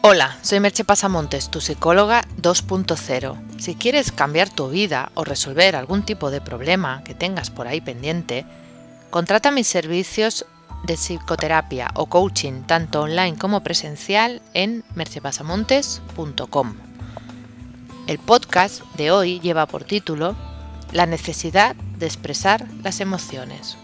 Hola, soy Merche Pasamontes, tu psicóloga 2.0. Si quieres cambiar tu vida o resolver algún tipo de problema que tengas por ahí pendiente, contrata mis servicios de psicoterapia o coaching tanto online como presencial en merchepasamontes.com. El podcast de hoy lleva por título La necesidad de expresar las emociones.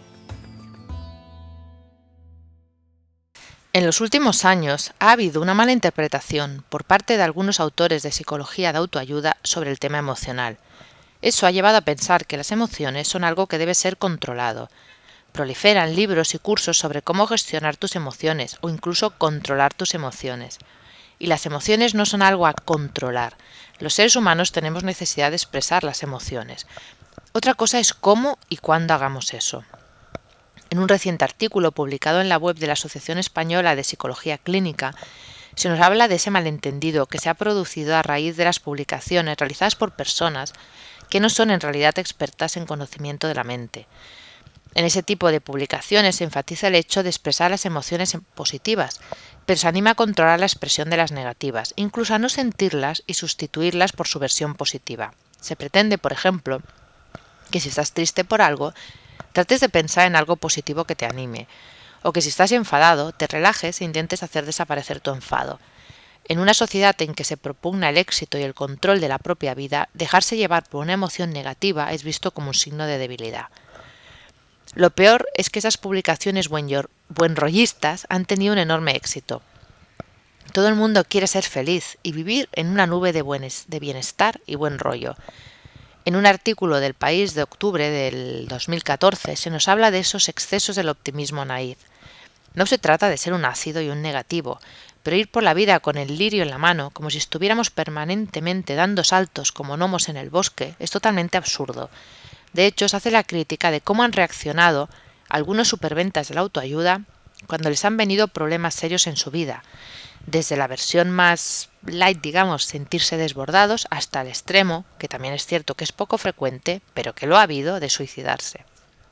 En los últimos años ha habido una mala interpretación por parte de algunos autores de psicología de autoayuda sobre el tema emocional. Eso ha llevado a pensar que las emociones son algo que debe ser controlado. Proliferan libros y cursos sobre cómo gestionar tus emociones o incluso controlar tus emociones. Y las emociones no son algo a controlar. Los seres humanos tenemos necesidad de expresar las emociones. Otra cosa es cómo y cuándo hagamos eso. En un reciente artículo publicado en la web de la Asociación Española de Psicología Clínica, se nos habla de ese malentendido que se ha producido a raíz de las publicaciones realizadas por personas que no son en realidad expertas en conocimiento de la mente. En ese tipo de publicaciones se enfatiza el hecho de expresar las emociones positivas, pero se anima a controlar la expresión de las negativas, incluso a no sentirlas y sustituirlas por su versión positiva. Se pretende, por ejemplo, que si estás triste por algo, trates de pensar en algo positivo que te anime, o que si estás enfadado, te relajes e intentes hacer desaparecer tu enfado. En una sociedad en que se propugna el éxito y el control de la propia vida, dejarse llevar por una emoción negativa es visto como un signo de debilidad. Lo peor es que esas publicaciones buenrollistas han tenido un enorme éxito. Todo el mundo quiere ser feliz y vivir en una nube de bienestar y buen rollo. En un artículo del País de octubre del 2014 se nos habla de esos excesos del optimismo naif. No se trata de ser un ácido y un negativo, pero ir por la vida con el lirio en la mano, como si estuviéramos permanentemente dando saltos como gnomos en el bosque, es totalmente absurdo. De hecho, se hace la crítica de cómo han reaccionado algunos superventas de la autoayuda cuando les han venido problemas serios en su vida, desde la versión más light, digamos, sentirse desbordados, hasta el extremo, que también es cierto que es poco frecuente, pero que lo ha habido, de suicidarse.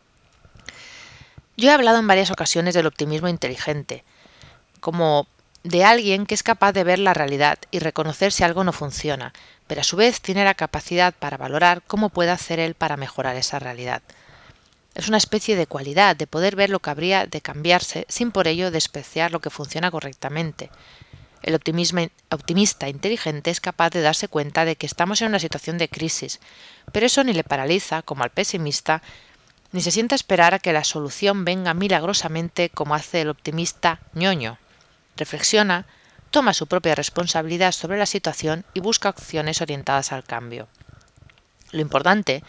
Yo he hablado en varias ocasiones del optimismo inteligente, como de alguien que es capaz de ver la realidad y reconocer si algo no funciona, pero a su vez tiene la capacidad para valorar cómo puede hacer él para mejorar esa realidad. Es una especie de cualidad de poder ver lo que habría de cambiarse sin por ello despreciar lo que funciona correctamente. El optimista inteligente es capaz de darse cuenta de que estamos en una situación de crisis, pero eso ni le paraliza, como al pesimista, ni se sienta a esperar a que la solución venga milagrosamente como hace el optimista ñoño. Reflexiona, toma su propia responsabilidad sobre la situación y busca acciones orientadas al cambio. Lo importante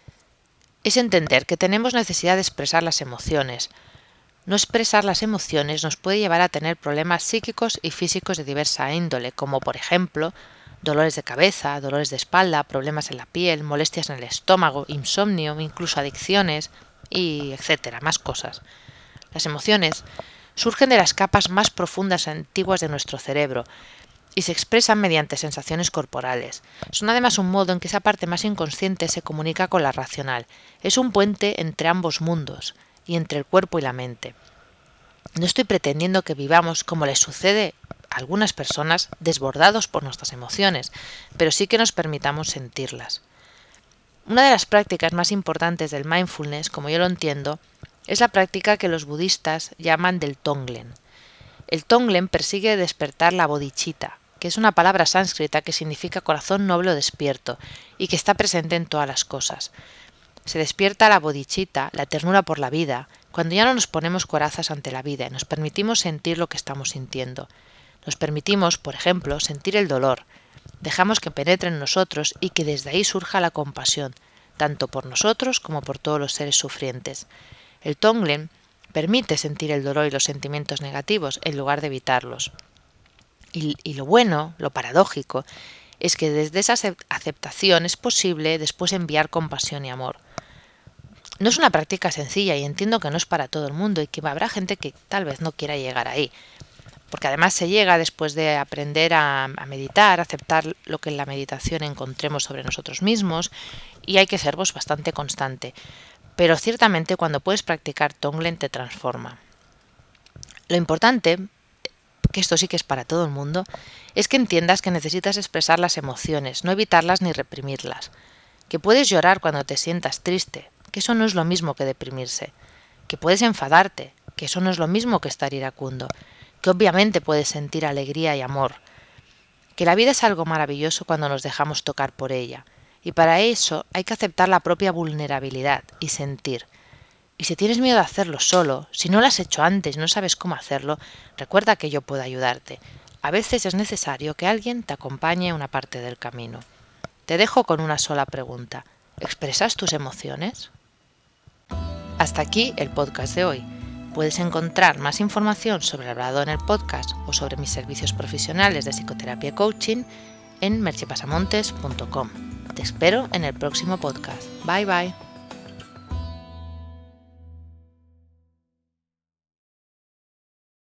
es entender que tenemos necesidad de expresar las emociones. No expresar las emociones nos puede llevar a tener problemas psíquicos y físicos de diversa índole, como por ejemplo dolores de cabeza, dolores de espalda, problemas en la piel, molestias en el estómago, insomnio, incluso adicciones y etcétera, más cosas. Las emociones surgen de las capas más profundas y antiguas de nuestro cerebro y se expresan mediante sensaciones corporales. Son además un modo en que esa parte más inconsciente se comunica con la racional. Es un puente entre ambos mundos y entre el cuerpo y la mente. No estoy pretendiendo que vivamos como les sucede a algunas personas desbordados por nuestras emociones, pero sí que nos permitamos sentirlas. Una de las prácticas más importantes del mindfulness, como yo lo entiendo, es la práctica que los budistas llaman del Tonglen. El Tonglen persigue despertar la bodhicitta, que es una palabra sánscrita que significa corazón noble o despierto, y que está presente en todas las cosas. Se despierta la bodhicitta, la ternura por la vida, cuando ya no nos ponemos corazas ante la vida y nos permitimos sentir lo que estamos sintiendo. Nos permitimos, por ejemplo, sentir el dolor. Dejamos que penetre en nosotros y que desde ahí surja la compasión, tanto por nosotros como por todos los seres sufrientes. El Tonglen permite sentir el dolor y los sentimientos negativos en lugar de evitarlos. Y lo bueno, lo paradójico, es que desde esa aceptación es posible después enviar compasión y amor. No es una práctica sencilla y entiendo que no es para todo el mundo y que habrá gente que tal vez no quiera llegar ahí, porque además se llega después de aprender a meditar, a aceptar lo que en la meditación encontremos sobre nosotros mismos y hay que ser bastante constante. Pero ciertamente cuando puedes practicar Tonglen te transforma. Lo importante que esto sí que es para todo el mundo, es que entiendas que necesitas expresar las emociones, no evitarlas ni reprimirlas. Que puedes llorar cuando te sientas triste, que eso no es lo mismo que deprimirse. Que puedes enfadarte, que eso no es lo mismo que estar iracundo. Que obviamente puedes sentir alegría y amor. Que la vida es algo maravilloso cuando nos dejamos tocar por ella. Y para eso hay que aceptar la propia vulnerabilidad y sentir. Y si tienes miedo a hacerlo solo, si no lo has hecho antes y no sabes cómo hacerlo, recuerda que yo puedo ayudarte. A veces es necesario que alguien te acompañe una parte del camino. Te dejo con una sola pregunta. ¿Expresas tus emociones? Hasta aquí el podcast de hoy. Puedes encontrar más información sobre el hablado en el podcast o sobre mis servicios profesionales de psicoterapia y coaching en merchepasamontes.com. Te espero en el próximo podcast. Bye bye.